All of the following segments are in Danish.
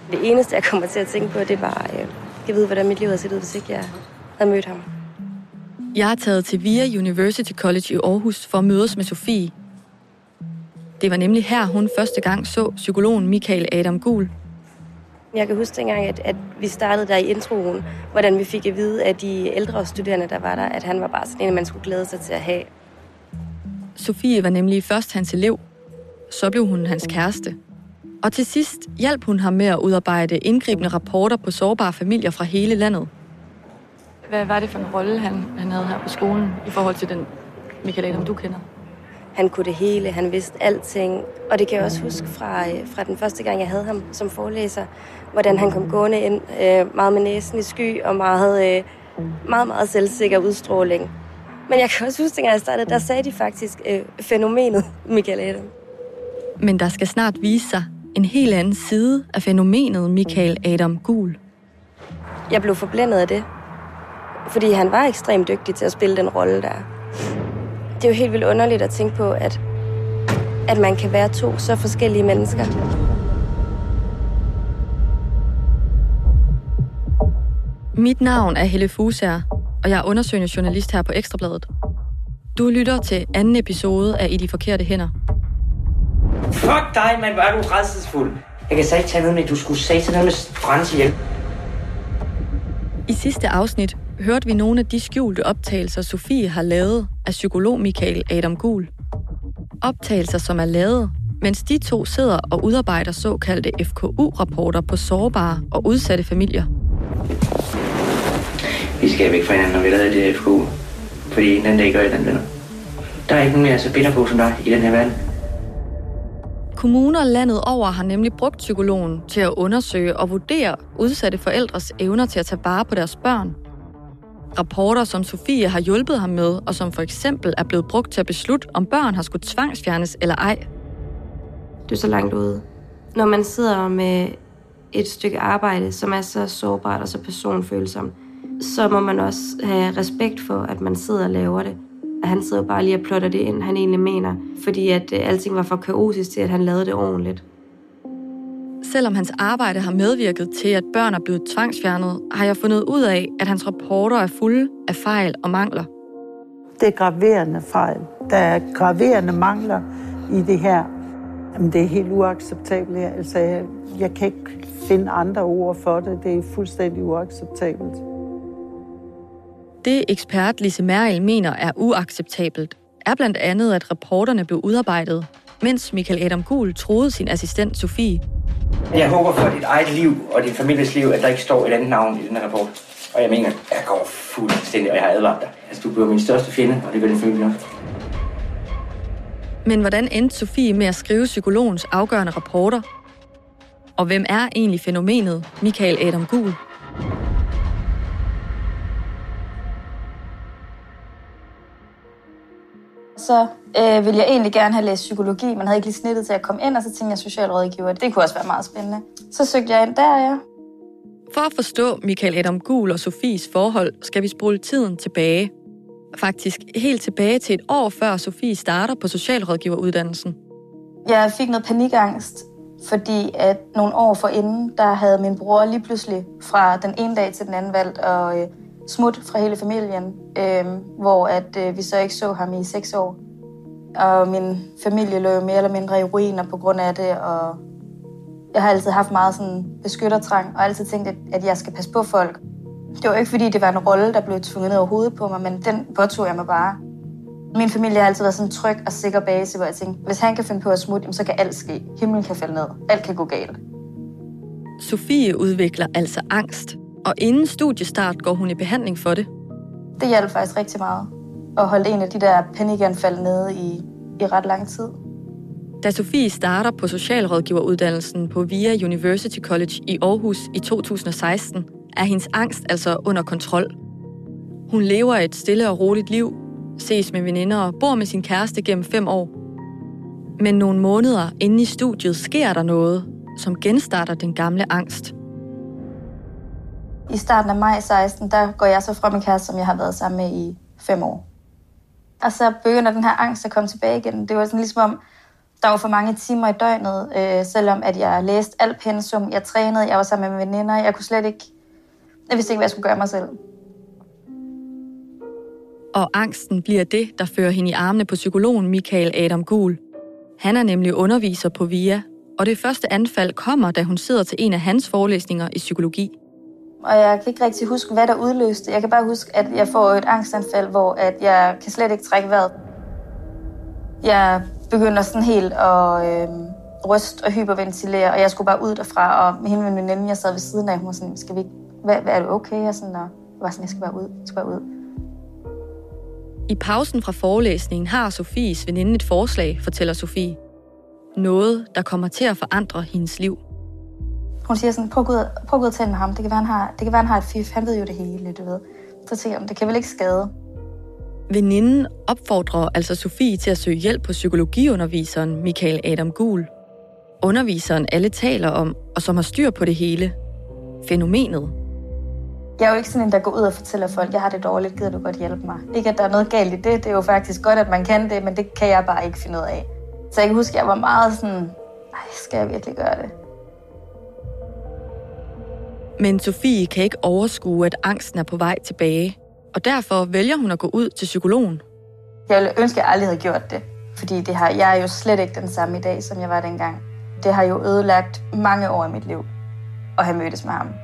Det eneste, jeg kommer til at tænke på, det var, jeg ved, hvordan mit liv havde set ud, hvis ikke jeg havde mødt ham. Jeg er taget til VIA University College i Aarhus for at mødes med Sofie. Det var nemlig her, hun første gang så psykologen Michael Adam Gul. Jeg kan huske dengang, at vi startede der i introen, hvordan vi fik at vide af de ældre studerende, der var der, at han var bare sådan en, man skulle glæde sig til at have. Sofie var nemlig først hans elev, så blev hun hans kæreste. Og til sidst hjalp hun ham med at udarbejde indgribende rapporter på sårbare familier fra hele landet. Hvad var det for en rolle, han havde her på skolen i forhold til den Michael Adam, du kender? Han kunne det hele, han vidste alting. Og det kan jeg også huske fra den første gang, jeg havde ham som forelæser, hvordan han kom gående ind, meget med næsen i sky og meget, meget selvsikker udstråling. Men jeg kan også huske, dengang jeg startede, der sagde de faktisk fænomenet Michael Adam. Men der skal snart vise sig en helt anden side af fænomenet Michael Adam Gul. Jeg blev forblændet af det, fordi han var ekstremt dygtig til at spille den rolle der. Det er jo helt vildt underligt at tænke på, at man kan være to så forskellige mennesker. Mit navn er Helle Fusager, og jeg er undersøgende journalist her på Ekstra Bladet. Du lytter til anden episode af I de forkerte hænder. Fuck dig, mand, hvor er du rædselsfuld. Jeg kan så ikke tage noget med, du skulle sige noget med Frans ihjel. I sidste afsnit hørte vi nogle af de skjulte optagelser, Sofie har lavet af psykolog Michael Adam Gul. Optagelser, som er lavet, mens de to sidder og udarbejder såkaldte FKU-rapporter på sårbare og udsatte familier. Vi skal væk fra hinanden, når vi lavede det FKU. Fordi den dag gør jeg den venner. Der er ikke nogen mere så bitter på som dig i den her verden. Kommuner landet over har nemlig brugt psykologen til at undersøge og vurdere udsatte forældres evner til at tage vare på deres børn. Rapporter, som Sofie har hjulpet ham med, og som for eksempel er blevet brugt til at beslutte, om børn har skulle tvangsfjernes eller ej. Du er så langt ude. Når man sidder med et stykke arbejde, som er så sårbart og så personfølsomt, så må man også have respekt for, at man sidder og laver det. Han sidder bare lige og plotter det ind, han egentlig mener, fordi at alting var for kaotisk til, at han lavede det ordentligt. Selvom hans arbejde har medvirket til, at børn er blevet tvangsfjernet, har jeg fundet ud af, at hans rapporter er fulde af fejl og mangler. Det er graverende fejl. Der er graverende mangler i det her. Jamen, det er helt uacceptabelt. Altså, jeg kan ikke finde andre ord for det. Det er fuldstændig uacceptabelt. Det ekspert Lise Merrild mener er uacceptabelt, er blandt andet, at rapporterne blev udarbejdet, mens Michael Adam Gul troede sin assistent Sofie. Jeg håber for dit eget liv og din families liv, at der ikke står et andet navn i den her rapport. Og jeg mener, jeg går fuldstændig, og jeg har advaret dig. Altså, du bliver min største fjende, og det gør din familie også. Men hvordan endte Sofie med at skrive psykologens afgørende rapporter? Og hvem er egentlig fænomenet Michael Adam Gul? Så ville jeg egentlig gerne have læst psykologi, men havde ikke lige snittet til at komme ind, og så tænkte jeg socialrådgiver. Det kunne også være meget spændende. Så søgte jeg ind der, ja. For at forstå Michael Adam Gul og Sofies forhold, skal vi spole tiden tilbage. Faktisk helt tilbage til et år før Sofie starter på socialrådgiveruddannelsen. Jeg fik noget panikangst, fordi at nogle år forinden, der havde min bror lige pludselig fra den ene dag til den anden valgt at smut fra hele familien, hvor at vi så ikke så ham i 6 år. Og min familie lå jo mere eller mindre i ruiner på grund af det, og jeg har altid haft meget sådan beskyttertrang, og altid tænkt, at jeg skal passe på folk. Det var ikke fordi, det var en rolle, der blev tvunget ned over hovedet på mig, men den påtog jeg mig bare. Min familie har altid været sådan en tryg og sikker base, hvor jeg tænkte, hvis han kan finde på at smutte, så kan alt ske. Himlen kan falde ned. Alt kan gå galt. Sofie udvikler altså angst, og inden studiestart går hun i behandling for det. Det hjalp faktisk rigtig meget at holde en af de der panikanfald nede i ret lang tid. Da Sofie starter på socialrådgiveruddannelsen på VIA University College i Aarhus i 2016, er hendes angst altså under kontrol. Hun lever et stille og roligt liv, ses med veninder og bor med sin kæreste gennem 5 år. Men nogle måneder inde i studiet sker der noget, som genstarter den gamle angst. I starten af maj 16, der går jeg så fra min kæreste, som jeg har været sammen med i 5 år. Og så begynder den her angst at komme tilbage igen. Det var sådan ligesom om, Der var for mange timer i døgnet, selvom at jeg læste alt pensum, jeg trænede, jeg var sammen med veninder, jeg vidste ikke, hvad jeg skulle gøre mig selv. Og angsten bliver det, der fører hende i armene på psykologen Michael Adam Gul. Han er nemlig underviser på VIA, og det første anfald kommer, da hun sidder til en af hans forelæsninger i psykologi. Og jeg kan ikke rigtig huske, hvad der udløste. Jeg kan bare huske, at jeg får et angstanfald, hvor at jeg kan slet ikke trække vejret. Jeg begynder sådan helt at ryste og hyperventilere, og jeg skulle bare ud derfra. Og med hende min veninde, jeg sad ved siden af, hun var sådan, hvad er du okay? Og jeg var sådan, jeg skal bare ud. I pausen fra forelæsningen har Sofies veninde et forslag, fortæller Sofie. Noget, der kommer til at forandre hendes liv. Hun siger sådan, prøv at gå ud og tale med ham. Det kan være, han har et fif. Han ved jo det hele, du ved. Så tænker jeg, det kan vel ikke skade. Veninden opfordrer altså Sofie til at søge hjælp på psykologiunderviseren Michael Adam Gul. Underviseren alle taler om, og som har styr på det hele. Fænomenet. Jeg er jo ikke sådan en, der går ud og fortæller folk, jeg har det dårligt, gider du godt hjælpe mig. Ikke, at der er noget galt i det. Det er jo faktisk godt, at man kan det, men det kan jeg bare ikke finde ud af. Så jeg kan huske, at jeg var meget sådan, skal jeg virkelig gøre det? Men Sofie kan ikke overskue, at angsten er på vej tilbage. Og derfor vælger hun at gå ud til psykologen. Jeg ville ønske, at jeg aldrig havde gjort det. Fordi jeg er jo slet ikke den samme i dag, som jeg var dengang. Det har jo ødelagt mange år i mit liv at have mødtes med ham.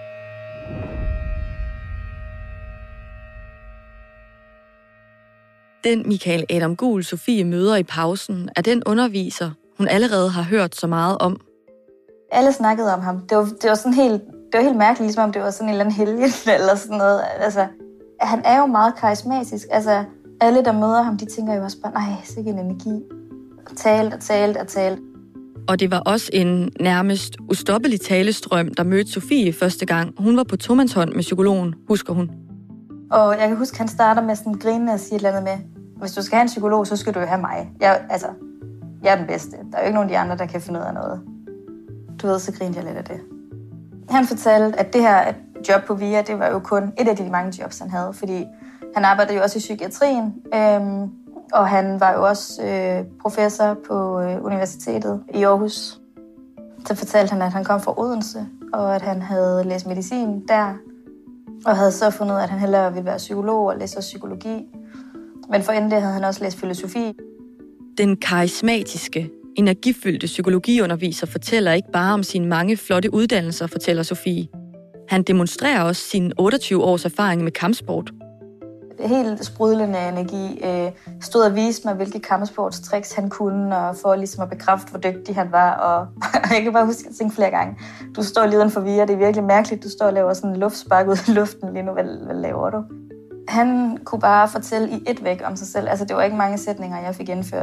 Den Michael Adam Gul Sofie møder i pausen er den underviser, hun allerede har hørt så meget om. Alle snakkede om ham. Det var sådan helt mærkeligt, ligesom om det var sådan en eller anden helgen eller sådan noget. Altså, han er jo meget karismatisk. Altså, alle, der møder ham, de tænker jo også bare, nej, sikke en energi. Talt. Og det var også en nærmest ustoppelig talestrøm, der mødte Sofie første gang. Hun var på tomandshånd med psykologen, husker hun. Og jeg kan huske, at han starter med sådan grinende og siger et eller andet med, hvis du skal have en psykolog, så skal du jo have mig. Jeg er den bedste. Der er jo ikke nogen af de andre, der kan finde ud af noget. Du ved, så grinte jeg lidt af det. Han fortalte, at det her job på VIA, det var jo kun et af de mange jobs, han havde. Fordi han arbejdede jo også i psykiatrien, og han var jo også professor på universitetet i Aarhus. Så fortalte han, at han kom fra Odense, og at han havde læst medicin der, og havde så fundet ud af, at han hellere ville være psykolog og læse psykologi. Men for inden det havde han også læst filosofi. Den karismatiske, energifyldte psykologiunderviser fortæller ikke bare om sine mange flotte uddannelser, fortæller Sofie. Han demonstrerer også sin 28 års erfaring med kampsport. Helt sprudlende energi. Stod og viste mig, hvilke kampsportstricks han kunne, og for ligesom at bekræfte, hvor dygtig han var. Og jeg kan bare huske at tænke flere gange, du står lige uden for VIA, det er virkelig mærkeligt, du står og laver sådan en luftspark ud i luften lige nu, hvad laver du? Han kunne bare fortælle i et væk om sig selv. Altså, det var ikke mange sætninger, jeg fik indført.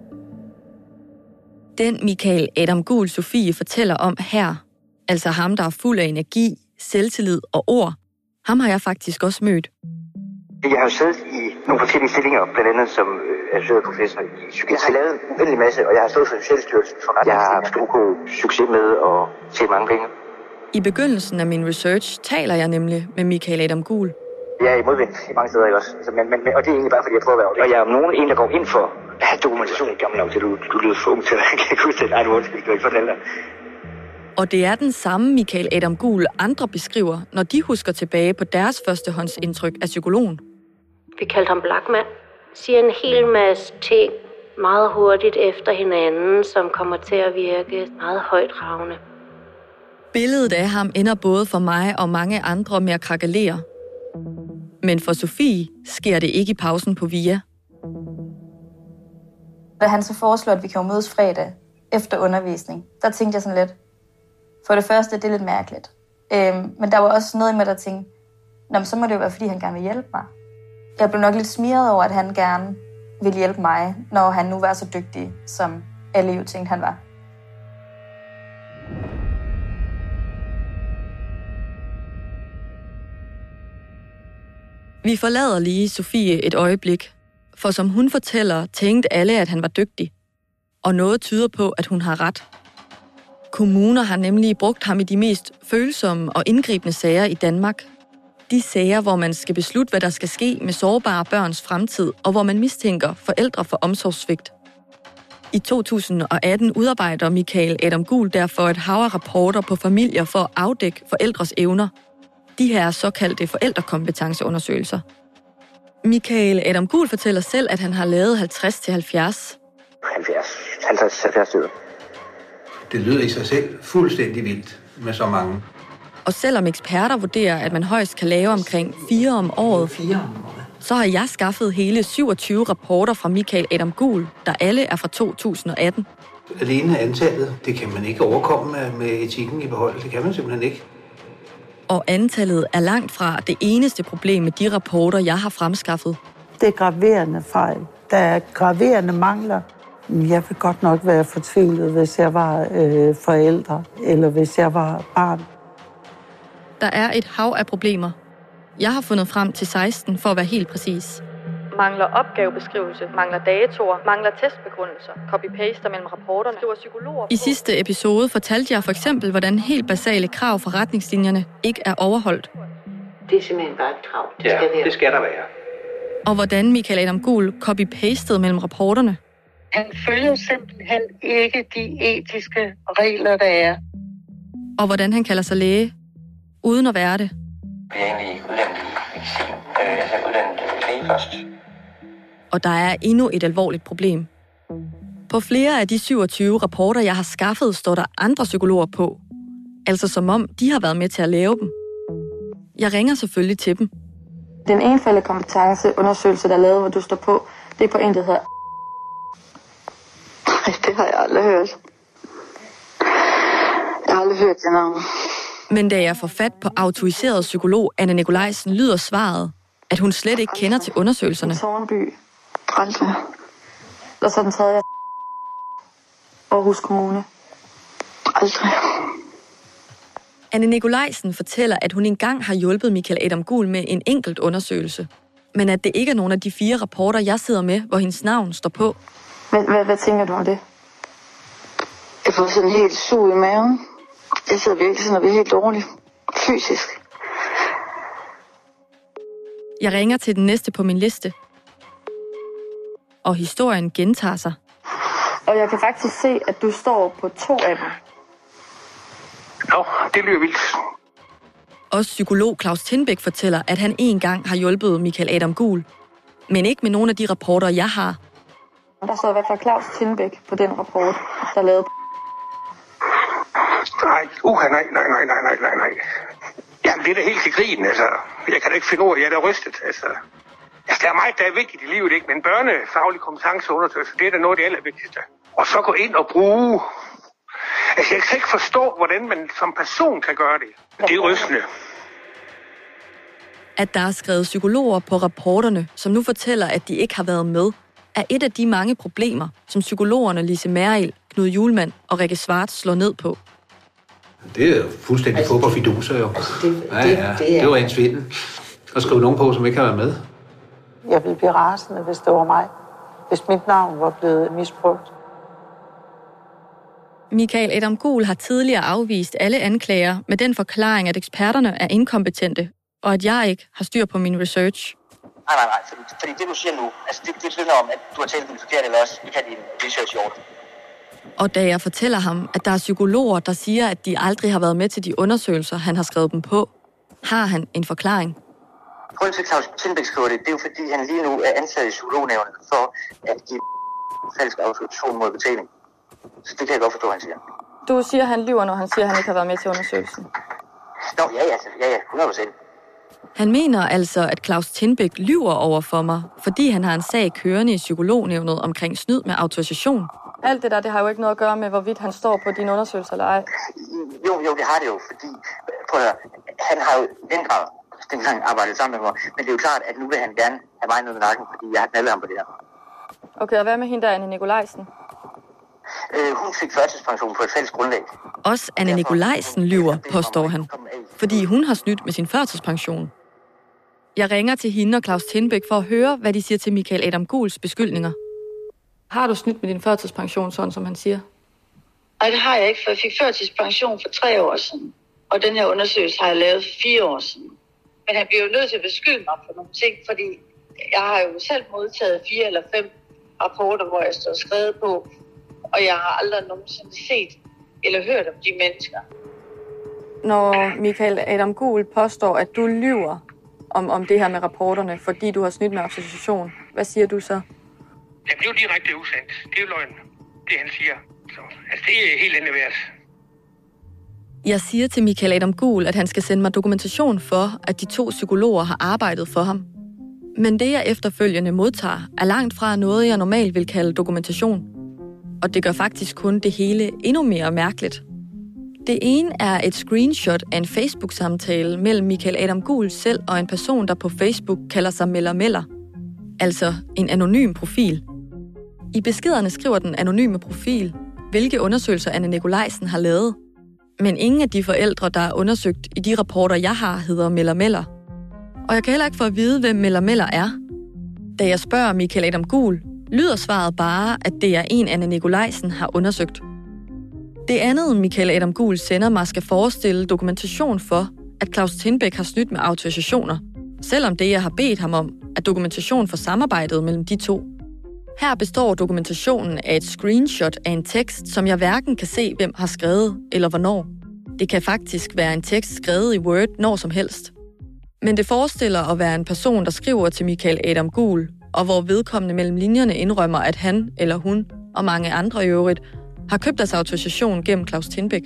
Den Michael Adam Gul Sofie fortæller om her, altså ham, der er fuld af energi, selvtillid og ord, ham har jeg faktisk også mødt. Jeg har jo siddet i nogle forskellige stillinger, blandt andet som associeret professor i psykiatri. Jeg har lavet en uendelig masse, og jeg har stået for Socialstyrelsen for ret. Jeg har haft god succes med at tjene mange penge. I begyndelsen af min research taler jeg nemlig med Michael Adam Gul. Jeg er i modvind i mange steder, ikke også? Altså, og det er egentlig bare, fordi jeg prøver at være det. Og jeg er om nogen en, der går ind for at have dokumentation. Gammel nok til, du lyder for ung til, at jeg kan ikke huske det. Ej, du kan ikke fortælle dig. Og det er den samme Michael Adam Gul andre beskriver, når de husker tilbage på deres førstehåndsindtryk af psykologen. Vi kaldte ham Blackman. Siger en hel masse ting meget hurtigt efter hinanden, som kommer til at virke meget højtravende. Billedet af ham ender både for mig og mange andre med at krakelere. Men for Sofie sker det ikke i pausen på VIA. Da han så foreslår, at vi kan mødes fredag efter undervisning, der tænkte jeg sådan lidt, for det første, det er lidt mærkeligt. Men der var også noget med, der tænkte, så må det jo være, fordi han gerne vil hjælpe mig. Jeg blev nok lidt smiret over, at han gerne ville hjælpe mig, når han nu var så dygtig, som alle jo tænkte, han var. Vi forlader lige Sofie et øjeblik, for som hun fortæller, tænkte alle, at han var dygtig. Og noget tyder på, at hun har ret. Kommuner har nemlig brugt ham i de mest følsomme og indgribende sager i Danmark. De sager, hvor man skal beslutte, hvad der skal ske med sårbare børns fremtid, og hvor man mistænker forældre for omsorgssvigt. I 2018 udarbejder Michael Adam Gul derfor et hav af rapporter på familier for at afdække forældres evner. De her såkaldte forældrekompetenceundersøgelser. Michael Adam Gul fortæller selv, at han har lavet 50-70 stykker. Det lyder i sig selv fuldstændig vildt med så mange. Og selvom eksperter vurderer, at man højst kan lave omkring 4 om året, så har jeg skaffet hele 27 rapporter fra Michael Adam Gul, der alle er fra 2018. Alene antallet, det kan man ikke overkomme med etikken i behold. Det kan man simpelthen ikke. Og antallet er langt fra det eneste problem med de rapporter, jeg har fremskaffet. Det er graverende fejl. Der er graverende mangler. Jeg vil godt nok være fortvivlet, hvis jeg var forældre, eller hvis jeg var barn. Der er et hav af problemer. Jeg har fundet frem til 16 for at være helt præcis. Mangler opgavebeskrivelse, mangler datoer, mangler testbegrundelser, copy-paster mellem rapporterne, psykologer. I sidste episode fortalte jeg for eksempel, hvordan helt basale krav for retningslinjerne ikke er overholdt. Det er simpelthen bare et krav. Det skal der være. Og hvordan Michael Adam Gul copy-pastede mellem rapporterne. Han følger simpelthen ikke de etiske regler, der er. Og hvordan han kalder sig læge, uden at være det. Jeg er egentlig uddannet i medicin. Jeg er uddannet læge først. Og der er endnu et alvorligt problem. På flere af de 27 rapporter, jeg har skaffet, står der andre psykologer på. Altså som om, de har været med til at lave dem. Jeg ringer selvfølgelig til dem. Den ene kompetenceundersøgelse, der er lavet, hvor du står på, det er på en, der hedder... Det har jeg aldrig hørt. Jeg har aldrig hørt det navn. Men da jeg får fat på autoriseret psykolog Anne Nikolajsen, lyder svaret, at hun slet ikke kender til undersøgelserne. Tårnby. Aldrig. Og så den tredje. Aarhus Kommune. Aldrig. Anne Nikolajsen fortæller, at hun engang har hjulpet Michael Adam Gul med en enkelt undersøgelse. Men at det ikke er nogen af de 4 rapporter, jeg sidder med, hvor hendes navn står på. Hvad tænker du om det? Jeg får sådan helt sug i maven. Jeg sidder virkelig sådan og bliver helt dårlig. Fysisk. Jeg ringer til den næste på min liste. Og historien gentager sig. Og jeg kan faktisk se, at du står på 2 af dem. Nå, det lyder vildt. Også psykolog Claus Tindbæk fortæller, at han engang har hjulpet Michael Adam Gul. Men ikke med nogen af de rapporter, jeg har. Der står i hvert fald Claus Tindbæk på den rapport, der er lavet. Nej. Jamen, det er da helt til grin, altså. Jeg kan da ikke finde ord, jeg er da rystet, altså. Der er meget, der er vigtigt i livet, ikke? Men børnefaglig kompetenceundersøgelse, det er da noget af det allervigtigste. Og så gå ind og bruge... Altså, jeg kan ikke forstå, hvordan man som person kan gøre det. Det er rystende. At der er skrevet psykologer på rapporterne, som nu fortæller, at de ikke har været med, er et af de mange problemer, som psykologerne Lise Merrild, Knud Hjulmand og Rikke Schwartz slår ned på. Det er jo fuldstændig fup og fiduser, jo. Det var en svindel. At skrive nogen på, som ikke har været med. Jeg ville blive rasende, hvis det var mig. Hvis mit navn var blevet misbrugt. Michael Adam Gul har tidligere afvist alle anklager med den forklaring, at eksperterne er inkompetente, og at jeg ikke har styr på min research. Nej, fordi det du siger nu, altså det vidner om, at du har talt den forkert, eller også ikke har din research i orden. Og da jeg fortæller ham, at der er psykologer, der siger, at de aldrig har været med til de undersøgelser, han har skrevet dem på, har han en forklaring. Grunden til, at Claus Tindbæk skriver det er jo fordi, han lige nu er ansat i psykolognævnet for at give falsk autorisation mod betaling. Så det kan jeg godt forstå, han siger. Du siger, at han lyver, når han siger, at han ikke har været med til undersøgelsen. Nå, ja, 100%. Han mener altså, at Claus Tindbæk lyver over for mig, fordi han har en sag kørende i psykolognævnet omkring snyd med autorisation. Alt det der, det har jo ikke noget at gøre med, hvorvidt han står på dine undersøgelser eller ej. Jo, det har det jo, fordi prøv at høre, han har jo den grad dengang arbejdet sammen med mig, men det er jo klart, at nu vil han gerne have mig ned med nakken, fordi jeg har knaldet ham på det her. Okay, og hvad med hende der, Anne Nikolajsen? Hun fik førtidspension på et fælles grundlag. Også Anne Nikolajsen lyver, påstår han, fordi hun har snydt med sin førtidspension. Jeg ringer til hende og Claus Tindbæk for at høre, hvad de siger til Michael Adam Guls beskyldninger. Har du snydt med din førtidspension, sådan som han siger? Nej, det har jeg ikke, for jeg fik førtidspension for 3 år siden. Og den her undersøgelse har jeg lavet for 4 år siden. Men han bliver jo nødt til at beskylde mig for nogle ting, fordi jeg har jo selv modtaget 4 eller 5 rapporter, hvor jeg står skrevet på, og jeg har aldrig nogensinde set eller hørt om de mennesker. Når Michael Adam Gul påstår, at du lyver om det her med rapporterne, fordi du har snydt med autorisation, hvad siger du så? Det er jo direkte usandt. Det er jo løgn, det han siger. Så, altså, det er helt endeværds. Jeg siger til Michael Adam Gul, at han skal sende mig dokumentation for, at de 2 psykologer har arbejdet for ham. Men det, jeg efterfølgende modtager, er langt fra noget, jeg normalt vil kalde dokumentation. Og det gør faktisk kun det hele endnu mere mærkeligt. Det ene er et screenshot af en Facebook-samtale mellem Michael Adam Gul selv og en person, der på Facebook kalder sig Meller. Altså en anonym profil. I beskederne skriver den anonyme profil, hvilke undersøgelser Anne Nicolajsen har lavet. Men ingen af de forældre, der er undersøgt i de rapporter, jeg har, hedder Meller. Og jeg kan heller ikke få at vide, hvem Meller er. Da jeg spørger Michael Adam Gul, lyder svaret bare, at det er en, Anne Nicolajsen har undersøgt. Det andet, Michael Adam Gul sender mig, skal forestille dokumentation for, at Claus Tindbæk har snydt med autorisationer, selvom det, jeg har bedt ham om, er dokumentation for samarbejdet mellem de 2. Her består dokumentationen af et screenshot af en tekst, som jeg hverken kan se, hvem har skrevet eller hvornår. Det kan faktisk være en tekst skrevet i Word når som helst. Men det forestiller at være en person, der skriver til Michael Adam Gul, og hvor vedkommende mellem linjerne indrømmer, at han eller hun og mange andre i øvrigt har købt deres autorisation gennem Claus Tindbæk.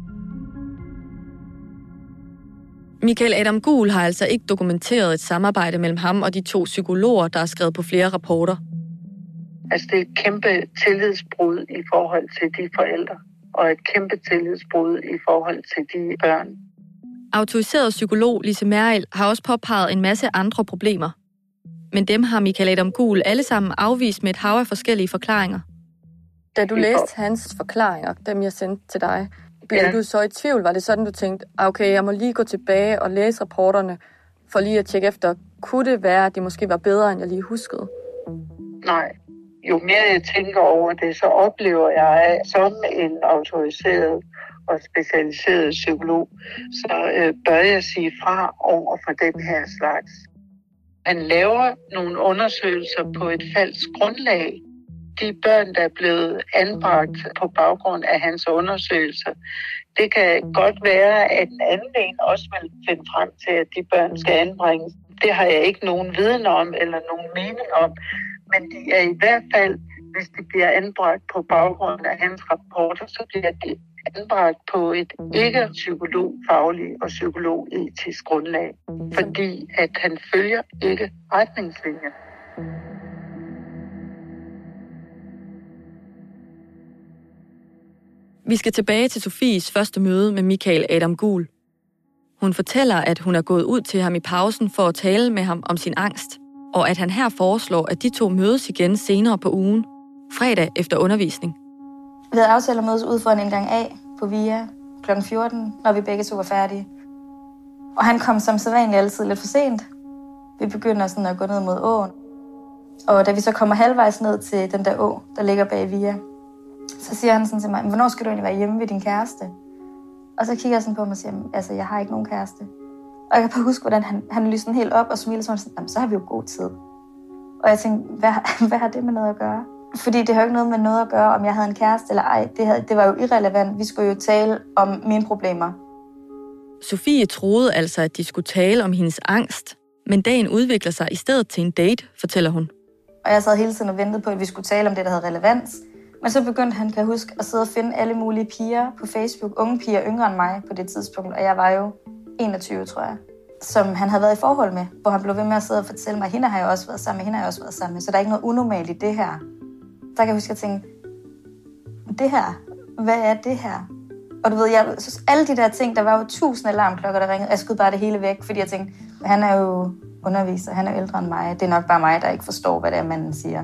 Michael Adam Gul har altså ikke dokumenteret et samarbejde mellem ham og de 2 psykologer, der har skrevet på flere rapporter. Altså, det er et kæmpe tillidsbrud i forhold til de forældre, og et kæmpe tillidsbrud i forhold til de børn. Autoriseret psykolog Lise Merrild har også påpeget en masse andre problemer. Men dem har Michael Adam Gul alle sammen afvist med et hav af forskellige forklaringer. Da du læste hans forklaringer, dem jeg sendte til dig, blev du så i tvivl? Var det sådan, du tænkte, okay, jeg må lige gå tilbage og læse rapporterne, for lige at tjekke efter, kunne det være, at de måske var bedre, end jeg lige huskede? Nej. Jo mere jeg tænker over det, så oplever jeg, som en autoriseret og specialiseret psykolog, så bør jeg sige fra over for den her slags. Han laver nogle undersøgelser på et falsk grundlag. De børn, der er blevet anbragt på baggrund af hans undersøgelser, det kan godt være, at en anden en også vil finde frem til, at de børn skal anbringes. Det har jeg ikke nogen viden om eller nogen mening om. Men de er i hvert fald, hvis de bliver anbragt på baggrund af hans rapporter, så bliver de anbragt på et ikke-psykologfagligt og psykologetisk grundlag. Fordi at han følger ikke retningslinjer. Vi skal tilbage til Sofies første møde med Michael Adam Gul. Hun fortæller, at hun er gået ud til ham i pausen for at tale med ham om sin angst, og at han her foreslår, at de 2 mødes igen senere på ugen, fredag efter undervisning. Vi havde aftalt at mødes ud for en indgang A på VIA kl. 14, når vi begge 2 var færdige. Og han kom som sædvanligt altid lidt for sent. Vi begynder sådan at gå ned mod åen. Og da vi så kommer halvvejs ned til den der å, der ligger bag VIA, så siger han sådan til mig, hvornår skal du egentlig være hjemme ved din kæreste? Og så kigger jeg sådan på mig og siger, altså jeg har ikke nogen kæreste. Og jeg kan bare huske, hvordan han lyste helt op og smilede sådan, så har vi jo god tid. Og jeg tænkte, hvad har det med noget at gøre? Fordi det har jo ikke noget med noget at gøre, om jeg havde en kæreste eller ej. Det var jo irrelevant. Vi skulle jo tale om mine problemer. Sofie troede altså, at de skulle tale om hendes angst. Men dagen udvikler sig i stedet til en date, fortæller hun. Og jeg sad hele tiden og ventede på, at vi skulle tale om det, der havde relevans. Men så begyndte han, kan jeg huske, at sidde og finde alle mulige piger på Facebook. Unge piger yngre end mig på det tidspunkt. Og jeg var jo 21, tror jeg. Som han havde været i forhold med. Hvor han blev ved med at sidde og fortælle mig, hende har jeg også været sammen med, hende har jeg også været sammen med. Så der er ikke noget unormalt i det her. Der kan jeg huske, at jeg tænkte, det her, hvad er det her? Og du ved, jeg synes, alle de der ting, der var jo 1000 alarmklokker, der ringede. Jeg skød bare det hele væk, fordi jeg tænkte, han er jo underviser, han er ældre end mig. Det er nok bare mig, der ikke forstår, hvad det er, manden siger.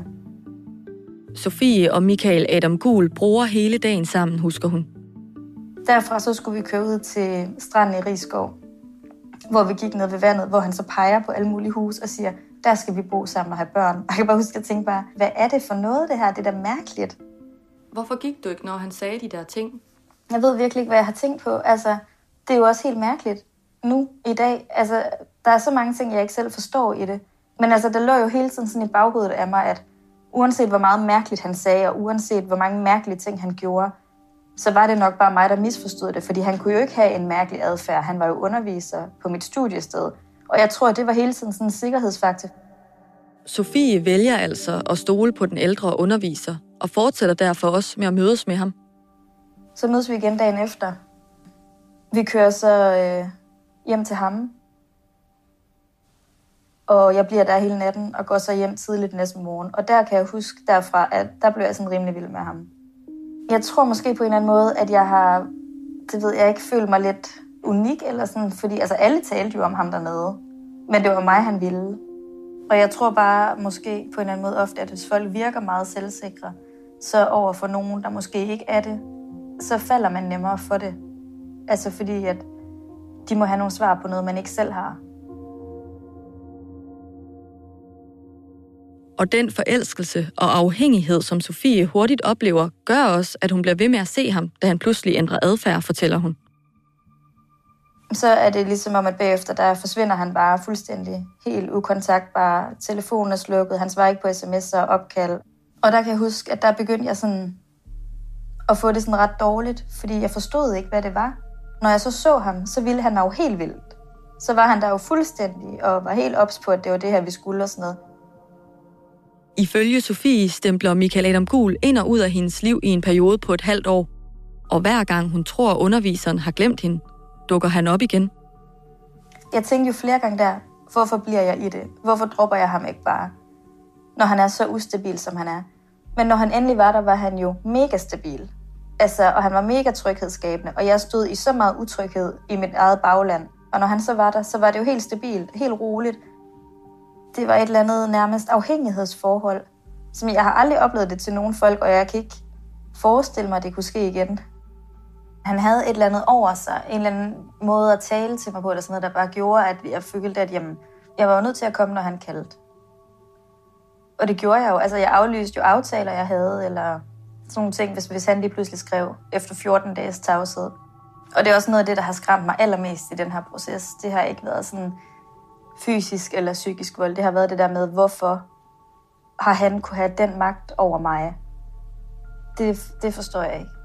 Sofie og Michael Adam Gul bruger hele dagen sammen, husker hun. Derfra så skulle vi køre ud til stranden i Rigskov, hvor vi gik ned ved vandet, hvor han så peger på alle mulige huse og siger, der skal vi bo sammen og have børn. Og jeg kan bare huske, at jeg tænkte bare, hvad er det for noget det her? Det er da mærkeligt. Hvorfor gik du ikke, når han sagde de der ting? Jeg ved virkelig ikke, hvad jeg har tænkt på. Altså, det er jo også helt mærkeligt nu, i dag. Altså, der er så mange ting, jeg ikke selv forstår i det. Men altså, der lå jo hele tiden sådan i baghovedet af mig, at uanset hvor meget mærkeligt han sagde, og uanset hvor mange mærkelige ting han gjorde, så var det nok bare mig, der misforstod det, fordi han kunne jo ikke have en mærkelig adfærd. Han var jo underviser på mit studiested, og jeg tror, at det var hele tiden sådan en sikkerhedsfaktor. Sofie vælger altså at stole på den ældre underviser, og fortsætter derfor også med at mødes med ham. Så mødes vi igen dagen efter. Vi kører så hjem til ham, og jeg bliver der hele natten og går så hjem tidligt næste morgen. Og der kan jeg huske derfra, at der blev jeg sådan rimelig vild med ham. Jeg tror måske på en eller anden måde, at jeg har, følt mig lidt unik eller sådan, fordi altså alle talte jo om ham dernede, men det var mig, han ville. Og jeg tror bare måske på en eller anden måde ofte, at hvis folk virker meget selvsikre, så over for nogen, der måske ikke er det, så falder man nemmere for det. Altså fordi, at de må have nogle svar på noget, man ikke selv har. Og den forelskelse og afhængighed, som Sofie hurtigt oplever, gør også, at hun bliver ved med at se ham, da han pludselig ændrer adfærd, fortæller hun. Så er det ligesom om, at bagefter, der forsvinder han bare fuldstændig helt ukontaktbar. Telefonen er slukket, han svarer ikke på sms'er og opkald. Og der kan jeg huske, at der begyndte jeg sådan at få det sådan ret dårligt, fordi jeg forstod ikke, hvad det var. Når jeg så ham, så ville han mig jo helt vildt. Så var han der jo fuldstændig og var helt ops på, at det var det her, vi skulle og sådan noget. Ifølge Sofie stempler Michael Adam Gul ind og ud af hendes liv i en periode på et halvt år. Og hver gang hun tror, at underviseren har glemt hende, dukker han op igen. Jeg tænkte jo flere gange der, hvorfor bliver jeg i det? Hvorfor dropper jeg ham ikke bare? Når han er så ustabil, som han er. Men når han endelig var der, var han jo mega stabil. Altså, og han var mega tryghedsskabende, og jeg stod i så meget utryghed i mit eget bagland. Og når han så var der, så var det jo helt stabilt, helt roligt. Det var et eller andet nærmest afhængighedsforhold, som jeg har aldrig oplevet det til nogen folk, og jeg kan ikke forestille mig, at det kunne ske igen. Han havde et eller andet over sig, en eller anden måde at tale til mig på, eller sådan noget, der bare gjorde, at jeg følte, at jeg var nødt til at komme, når han kaldte. Og det gjorde jeg jo. Altså, jeg aflyste jo aftaler, jeg havde, eller sådan nogle ting, hvis han lige pludselig skrev efter 14 dages tavshed. Og det er også noget af det, der har skræmt mig allermest i den her proces. Det har ikke været sådan fysisk eller psykisk vold. Det har været det der med, hvorfor har han kunne have den magt over mig? Det forstår jeg ikke.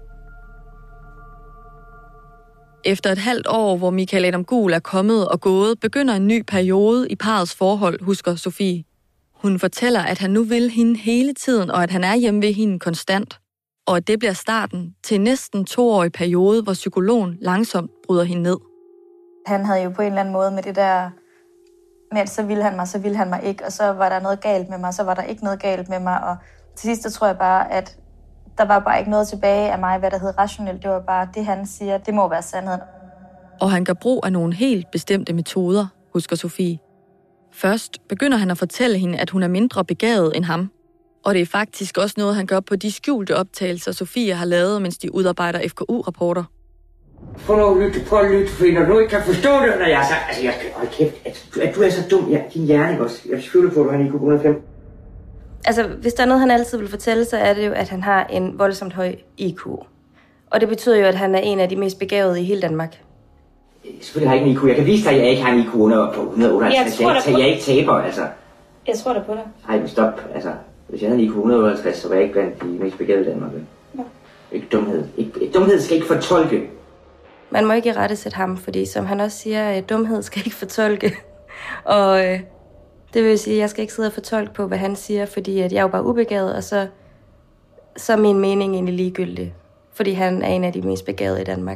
Efter et halvt år, hvor Michael Adam Gul er kommet og gået, begynder en ny periode i parrets forhold, husker Sofie. Hun fortæller, at han nu vil hende hele tiden, og at han er hjemme ved hende konstant. Og at det bliver starten til en næsten 2-årig periode, hvor psykologen langsomt bryder hende ned. Han havde jo på en eller anden måde med det der med, at så ville han mig ikke, og så var der noget galt med mig, så var der ikke noget galt med mig, og til sidst, så tror jeg bare, at der var bare ikke noget tilbage af mig, hvad der hed rationelt. Det var bare det, han siger, det må være sandheden. Og han gør brug af nogle helt bestemte metoder, husker Sofie. Først begynder han at fortælle hende, at hun er mindre begavet end ham. Og det er faktisk også noget, han gør på de skjulte optagelser, Sofie har lavet, mens de udarbejder FKU-rapporter. Prøv nu at lytte, for når du ikke kan forstå det, når jeg har sagt, altså jeg skal holde kæft, at du er så dum, ja, din hjerne ikke også. Jeg føler på, at du har en IQ 105. Altså, hvis der er noget, han altid vil fortælle, så er det jo, at han har en voldsomt høj IQ. Og det betyder jo, at han er en af de mest begavede i hele Danmark. Selvfølgelig har jeg ikke en IQ. Jeg kan vise dig, at jeg ikke har en IQ under 158. Jeg er ikke taber, altså. Jeg tror da på det. Nej, men stop. Altså, hvis jeg havde en IQ 158, så var jeg ikke blandt de mest begavede i Danmark. Ja. Ikke dumhed. Dumhed skal ikke fortolke. Man må ikke irettesætte ham, fordi som han også siger, dumhed skal ikke fortolke. Og det vil sige, at jeg skal ikke sidde og fortolke på, hvad han siger, fordi at jeg er jo bare ubegavet, og så er min mening egentlig ligegyldig. Fordi han er en af de mest begavede i Danmark.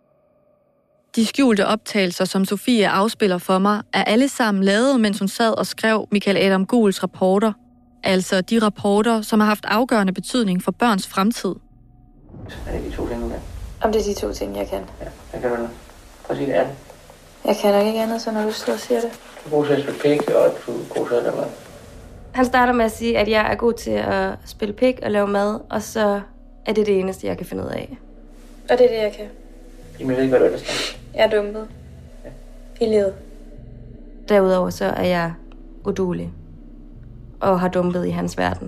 De skjulte optagelser, som Sofie afspiller for mig, er alle sammen lavet, mens hun sad og skrev Michael Adam Guls rapporter. Altså de rapporter, som har haft afgørende betydning for børns fremtid. Er det de 2 ting, du kan? Om det er de 2 ting, jeg kan. Ja, hvad kan du da? Prøv at sige det andet. Jeg kan nok ikke andet, så når du sidder og siger det. Du er god til at spille pik, og du er god til at lave mad. Han starter med at sige, at jeg er god til at spille pik og lave mad, og så er det det eneste, jeg kan finde ud af. Og det er det, jeg kan. Jamen, jeg ved ikke, hvad du ellers kan. Jeg er dumpet. Ja. I livet. Derudover så er jeg uduelig og har dumpet i hans verden.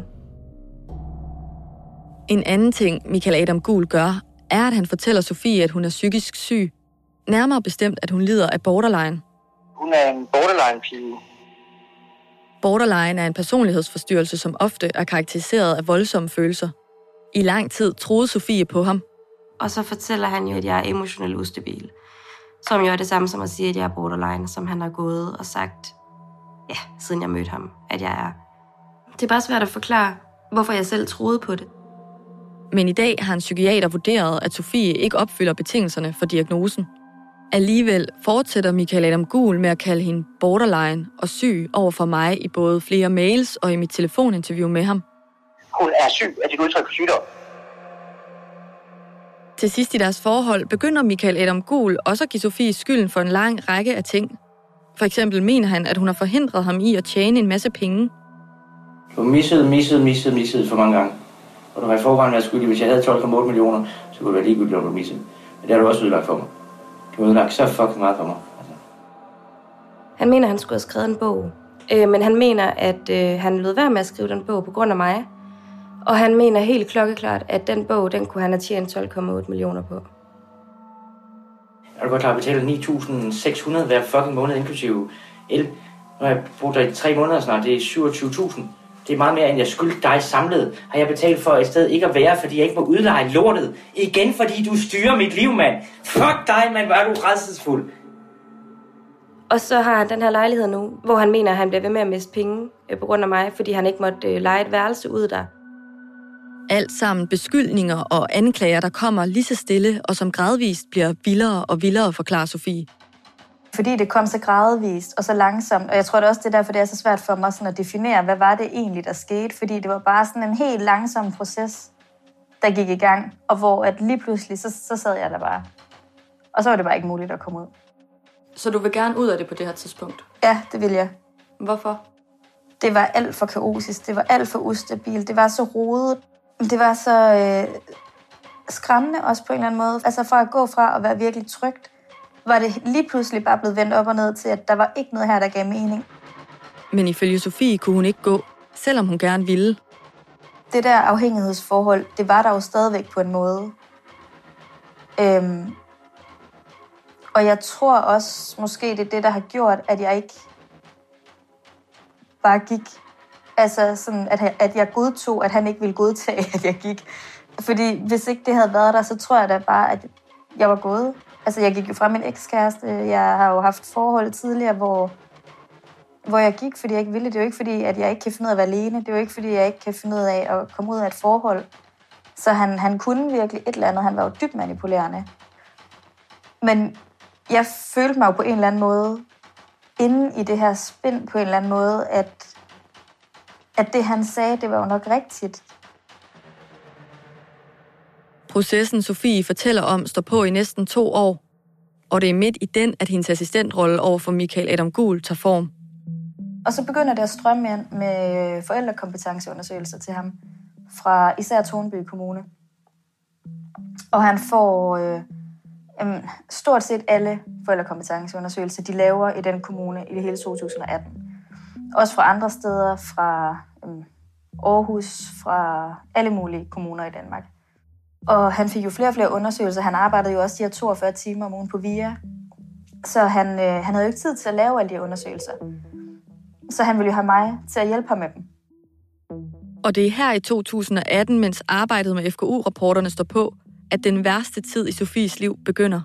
En anden ting, Michael Adam Gul gør, er, at han fortæller Sofie, at hun er psykisk syg. Nærmere bestemt, at hun lider af borderline. Hun er en borderline-pige. Borderline er en personlighedsforstyrrelse, som ofte er karakteriseret af voldsomme følelser. I lang tid troede Sofie på ham. Og så fortæller han jo, at jeg er emotionelt ustabil. Som jo er det samme som at sige, at jeg er borderline, som han har gået og sagt, ja, siden jeg mødte ham, at jeg er. Det er bare svært at forklare, hvorfor jeg selv troede på det. Men i dag har en psykiater vurderet, at Sofie ikke opfylder betingelserne for diagnosen. Alligevel fortsætter Michael Adam Gul med at kalde hende borderline og syg over for mig i både flere mails og i mit telefoninterview med ham. Hun er syg af dit udtryk for sygdom. Til sidst i deres forhold begynder Michael Adam Gul også at give Sofie skylden for en lang række af ting. For eksempel mener han, at hun har forhindret ham i at tjene en masse penge. Du har misset for mange gange. Og du har i forvejen været skyldig. Hvis jeg havde 12,8 millioner, så kunne det være ligegyldigt, om du missede. Men det har du også ødelagt for mig. Du har ødelagt så fucking meget for mig. Han mener, at han skulle have skrevet en bog. Men han mener, at han lød være med at skrive den bog på grund af mig. Og han mener helt klokkeklart, at den bog, den kunne han have tjent 12,8 millioner på. Er du godt klar at betale 9.600 hver fucking måned, inklusive el? Nu har jeg brugt der i 3 måneder snart, det er 27.000. Det er meget mere, end jeg skyldte dig samlet. Har jeg betalt for et sted ikke at være, fordi jeg ikke må udleje lortet. Igen, fordi du styrer mit liv, mand. Fuck dig, mand, hvor er du rædselsfuld. Og så har han den her lejlighed nu, hvor han mener, at han bliver ved med at miste penge på grund af mig, fordi han ikke måtte leje et værelse ud der. Alt sammen beskyldninger og anklager, der kommer lige så stille, og som gradvist bliver vildere og vildere, forklarer Sofie. Fordi det kom så gradvist og så langsomt, og jeg tror det også, det er derfor, det er så svært for mig sådan at definere, hvad var det egentlig, der skete, fordi det var bare sådan en helt langsom proces, der gik i gang, og hvor at lige pludselig, så sad jeg der bare. Og så var det bare ikke muligt at komme ud. Så du vil gerne ud af det på det her tidspunkt? Ja, det vil jeg. Hvorfor? Det var alt for kaotisk, det var alt for ustabilt, det var så rodet, det var så skræmmende også på en eller anden måde. Altså fra at gå fra at være virkelig trygt, var det lige pludselig bare blevet vendt op og ned til, at der var ikke noget her, der gav mening. Men ifølge Sofie kunne hun ikke gå, selvom hun gerne ville. Det der afhængighedsforhold, det var der jo stadigvæk på en måde. Og jeg tror også, måske det er det, der har gjort, at jeg ikke bare gik. Altså sådan, at jeg godtog, at han ikke ville godtage, at jeg gik. Fordi hvis ikke det havde været der, så tror jeg da bare, at jeg var gået. Altså jeg gik jo fra min ekskæreste. Jeg har jo haft forhold tidligere, hvor jeg gik, fordi jeg ikke ville. Det er jo ikke fordi, at jeg ikke kan finde ud af at være alene. Det er jo ikke fordi, jeg ikke kan finde ud af at komme ud af et forhold. Så han kunne virkelig et eller andet. Han var jo dybt manipulerende. Men jeg følte mig jo på en eller anden måde, inde i det her spind på en eller anden måde, at det han sagde, det var jo nok rigtigt. Processen Sofie fortæller om står på i næsten 2 år, og det er midt i den, at hendes assistentrolle over for Michael Adam Gul tager form. Og så begynder det at strømme ind med forældrekompetenceundersøgelser til ham, fra især Tornby Kommune. Og han får stort set alle forældrekompetenceundersøgelser, de laver i den kommune i det hele 2018. Også fra andre steder, fra Aarhus, fra alle mulige kommuner i Danmark. Og han fik jo flere og flere undersøgelser. Han arbejdede jo også de her 42 timer om ugen på VIA. Så han havde jo ikke tid til at lave alle de her undersøgelser. Så han ville jo have mig til at hjælpe ham med dem. Og det er her i 2018, mens arbejdet med FKU-rapporterne står på, at den værste tid i Sofies liv begynder.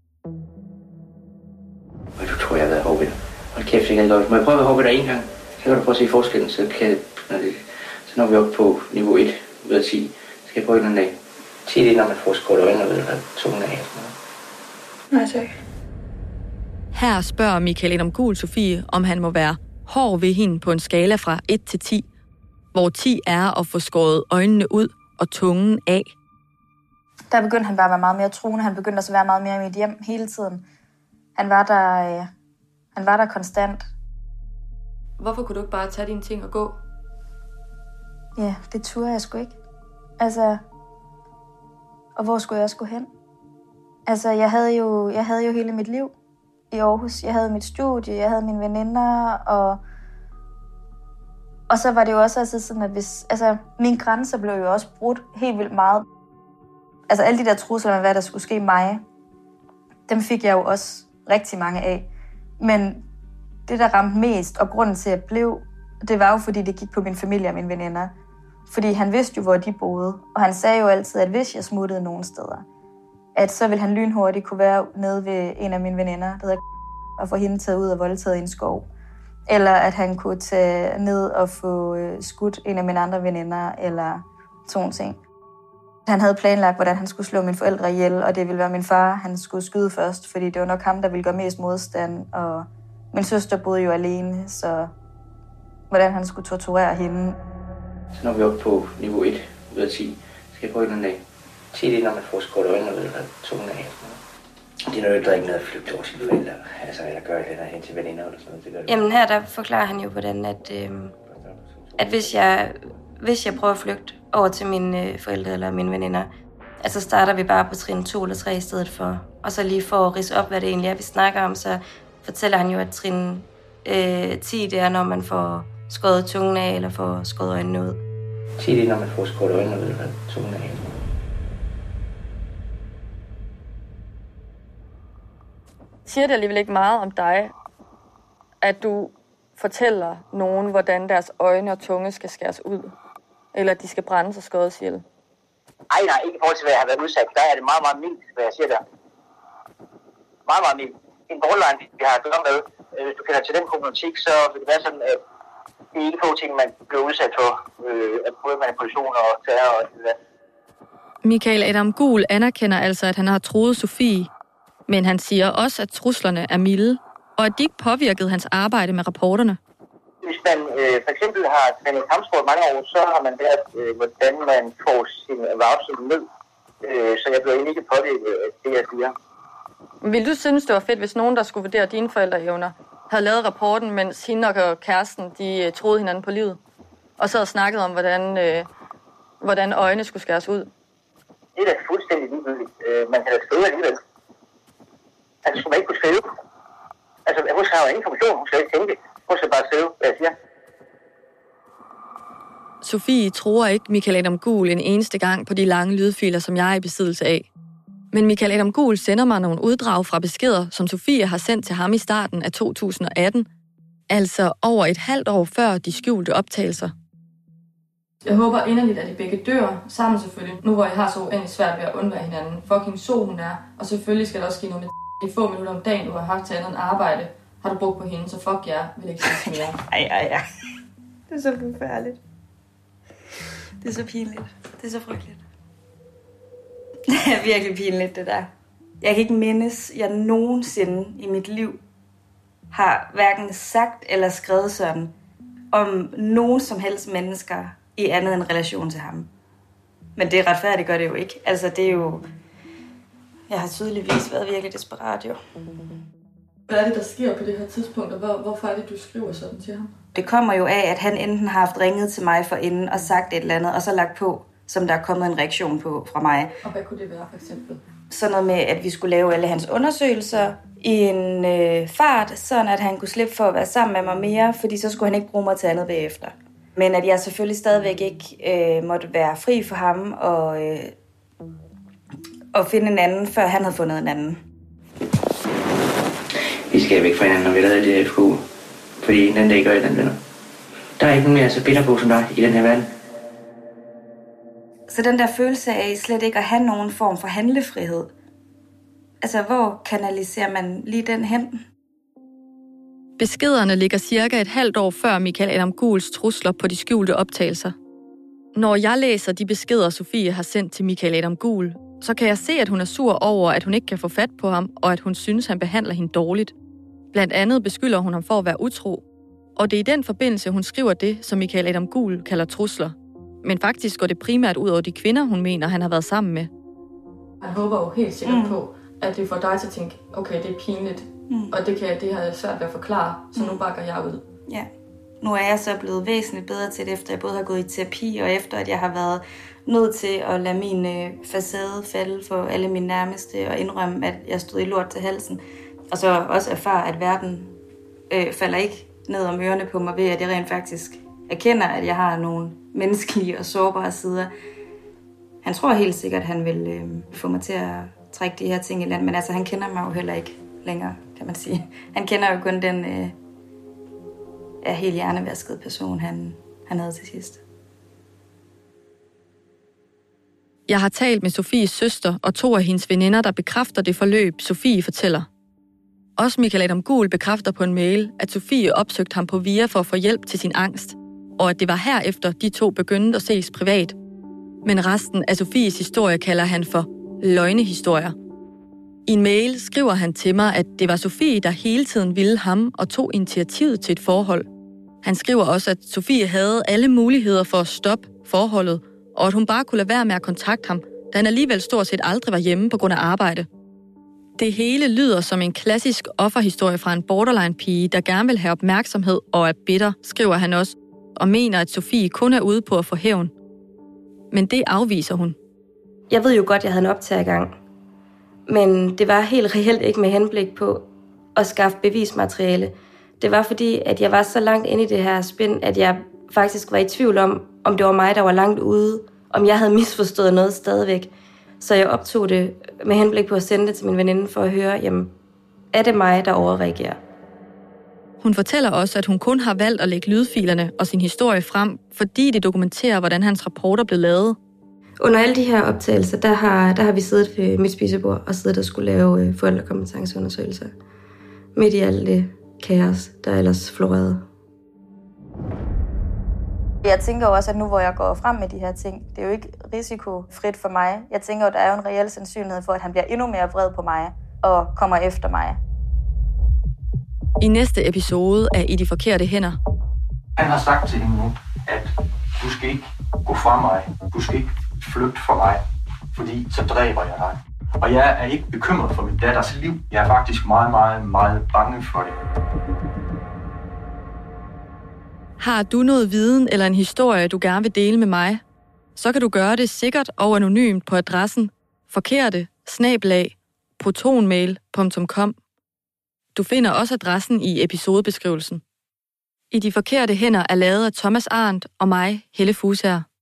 Du tror, jeg har været hård ved dig. Hold kæft, jeg kan godt. Må jeg prøve at være hård ved dig en gang? Så kan du prøve at se forskellen, så når vi er oppe på niveau 1 ud af 10. Så skal jeg prøve en anden dag. 10 det, når man får skåret øjnene ved, eller tungen af. Nej, tak. Her spørger Michael Adam Gul Sofie, om han må være hård ved hende på en skala fra 1 til 10, hvor 10 er at få skåret øjnene ud og tungen af. Der begyndte han bare at være meget mere truende. Han begyndte også at være meget mere i mit hjem hele tiden. Han var der konstant. Hvorfor kunne du ikke bare tage dine ting og gå? Ja, det turde jeg sgu ikke. Altså, og hvor skulle jeg også gå hen? Altså, jeg havde jo hele mit liv i Aarhus. Jeg havde mit studie, jeg havde mine veninder, og så var det jo også altså sådan, at mine grænser blev jo også brudt helt vildt meget. Altså, alle de der trusler med, hvad der skulle ske mig, dem fik jeg jo også rigtig mange af. Men det, der ramte mest, og grunden til, at jeg blev Det var jo, fordi det gik på min familie og mine veninder. Fordi han vidste jo, hvor de boede. Og han sagde jo altid, at hvis jeg smuttede nogen steder, at så ville han lynhurtigt kunne være nede ved en af mine veninder, der hedder og få hende taget ud og voldtaget i en skov. Eller at han kunne tage ned og få skudt en af mine andre veninder, eller sådan ting. Han havde planlagt, hvordan han skulle slå mine forældre ihjel, og det ville være min far, han skulle skyde først, fordi det var nok ham, der ville gøre mest modstand. Og min søster boede jo alene, så hvordan han skulle torturere hende. Så når vi er oppe på niveau 1 ud af 10, skal jeg prøve en dag. 10 det, når man får skåret øjnene eller tungen af. Det er noget, der ikke noget at flygte over sine forældre, altså, eller gøre det der hen til veninder eller sådan noget. Det gør det. Jamen her der forklarer han jo, hvordan at hvis jeg prøver at flygte over til mine forældre eller mine veninder, så starter vi bare på trin 2 eller 3 i stedet for. Og så lige for at ridse op, hvad det egentlig er, vi snakker om, så fortæller han jo, at trin 10 det er, når man får skåret tungen af eller får skåret øjnene ud. 10 det er, når man får skåret øjnene ud eller tungen af. Siger det alligevel ikke meget om dig, at du fortæller nogen, hvordan deres øjne og tunge skal skæres ud? Eller at de skal brændes og skåres ihjel? Nej, ikke i forhold til, hvad jeg har været udsat. Der er det meget, meget mildt, hvad jeg siger der. Meget, meget mildt. En borderline, vi har at gøre med, hvis du kender til den problematik, så vil det være sådan, at det er ikke få ting, man bliver udsat for. Både manipulationer og terror og det der. Michael Adam Gul anerkender altså, at han har truet Sofie, men han siger også, at truslerne er milde, og at de ikke påvirkede hans arbejde med rapporterne. Hvis man for eksempel har trænet kampsport mange år, så har man lært, hvordan man får sin arousal ned. Så jeg bliver egentlig ikke påvirket af det, jeg siger. Vil du synes, det var fedt, hvis nogen, der skulle vurdere dine forældreevner, havde lavet rapporten, mens hende og kæresten de troede hinanden på livet, og så havde snakket om, hvordan øjne skulle skæres ud? Det er da fuldstændig ligegyldigt. Man kan da skrive alligevel. Altså, skulle man ikke kunne skrive? Altså, hun har jo ingen information, hun skal ikke tænke. Hun skal bare skrive, hvad jeg siger. Sofie tror ikke Michael Adam Gul en eneste gang på de lange lydfiler, som jeg er i besiddelse af. Men Michael Adam Gul sender mig nogle uddrag fra beskeder, som Sofie har sendt til ham i starten af 2018. Altså over et halvt år før de skjulte optagelser. Jeg håber inderligt, at I begge dør sammen selvfølgelig. Nu hvor I har så uendelig svært ved at undvære hinanden. Fucking så hun er. Og selvfølgelig skal der også give noget med de få minutter om dagen, du har haft til andet arbejde. Har du brugt på hende, så fuck jer, vil ikke sige mere. Ej. Det er så forfærdeligt. Det er så pinligt. Det er så frygteligt. Det er virkelig pinligt, det der. Jeg kan ikke mindes, jeg nogensinde i mit liv har hverken sagt eller skrevet sådan om nogen som helst mennesker i andet end relation til ham. Men det retfærdigt gør det jo ikke. Altså, det er jo... Jeg har tydeligvis været virkelig desperat, jo. Hvad er det, der sker på det her tidspunkt, og hvorfor er det, du skriver sådan til ham? Det kommer jo af, at han enten har haft ringet til mig forinden og sagt et eller andet, og så lagt på, som der er kommet en reaktion på fra mig. Og hvad kunne det være, for eksempel? Sådan noget med, at vi skulle lave alle hans undersøgelser i en fart, sådan at han kunne slippe for at være sammen med mig mere, fordi så skulle han ikke bruge mig til andet bagefter. Men at jeg selvfølgelig stadigvæk ikke måtte være fri for ham og finde en anden, før han havde fundet en anden. Vi skal væk fra hinanden, når vi lavede det FKU. Fordi en anden dag gør et eller andet venner. Der er ikke nogen mere så bitter på som dig i den her verden. Så den der følelse af slet ikke at have nogen form for handlefrihed. Altså, hvor kanaliserer man lige den hen? Beskederne ligger cirka et halvt år før Michael Adam Guls trusler på de skjulte optagelser. Når jeg læser de beskeder, Sofie har sendt til Michael Adam Gul, så kan jeg se, at hun er sur over, at hun ikke kan få fat på ham, og at hun synes, han behandler hende dårligt. Blandt andet beskylder hun ham for at være utro. Og det er i den forbindelse, hun skriver det, som Michael Adam Gul kalder trusler. Men faktisk går det primært ud over de kvinder, hun mener, han har været sammen med. Han håber jo helt sikkert på, at det får dig til at tænke, okay, det er pinligt, og det har jeg svært ved at forklare, så nu bakker jeg ud. Ja. Nu er jeg så blevet væsentligt bedre til det, efter jeg både har gået i terapi, og efter at jeg har været nødt til at lade min facade falde for alle mine nærmeste, og indrømme, at jeg stod i lort til halsen. Og så også erfare, at verden falder ikke ned om ørerne på mig ved, at jeg rent faktisk erkender, at jeg har nogle menneskelige og sårbare sider. Han tror helt sikkert, at han vil få mig til at trække de her ting i land, men altså, han kender mig jo heller ikke længere, kan man sige. Han kender jo kun helt hjernevasket person, han havde til sidst. Jeg har talt med Sofies søster og 2 af hendes veninder, der bekræfter det forløb, Sofie fortæller. Også Michael Adam Gul bekræfter på en mail, at Sofie opsøgte ham på VIA for at få hjælp til sin angst, og at det var herefter, de 2 begyndte at ses privat. Men resten af Sofies historie kalder han for løgnehistorier. I en mail skriver han til mig, at det var Sofie, der hele tiden ville ham og tog initiativet til et forhold. Han skriver også, at Sofie havde alle muligheder for at stoppe forholdet, og at hun bare kunne lade være med at kontakte ham, da han alligevel stort set aldrig var hjemme på grund af arbejde. Det hele lyder som en klassisk offerhistorie fra en borderline-pige, der gerne vil have opmærksomhed og er bitter, skriver han også, og mener, at Sofie kun er ude på at få hævn. Men det afviser hun. Jeg ved jo godt, at jeg havde en optag i gang. Men det var helt reelt ikke med henblik på at skaffe bevismateriale. Det var fordi, at jeg var så langt inde i det her spind, at jeg faktisk var i tvivl om det var mig, der var langt ude. Om jeg havde misforstået noget stadigvæk. Så jeg optog det med henblik på at sende det til min veninde for at høre, jamen, er det mig, der overreagerer? Hun fortæller også, at hun kun har valgt at lægge lydfilerne og sin historie frem, fordi det dokumenterer, hvordan hans rapporter blev lavet. Under alle de her optagelser, der har vi siddet ved mit spisebord og siddet og skulle lave forældrekompetenceundersøgelser. Midt i alt det kaos, der ellers florerede. Jeg tænker også, at nu hvor jeg går frem med de her ting, det er jo ikke risikofrit for mig. Jeg tænker, at der er jo en reel sandsynlighed for, at han bliver endnu mere vred på mig og kommer efter mig. I næste episode af I de forkerte hænder. Han har sagt til hende nu, at du skal ikke gå fra mig. Du skal ikke flygte fra mig, fordi så dræber jeg dig. Og jeg er ikke bekymret for min datters liv. Jeg er faktisk meget, meget, meget bange for det. Har du noget viden eller en historie, du gerne vil dele med mig? Så kan du gøre det sikkert og anonymt på adressen forkerte@protonmail.com. Du finder også adressen i episodebeskrivelsen. I de forkerte hænder er lavet af Thomas Arndt og mig, Helle Fusager.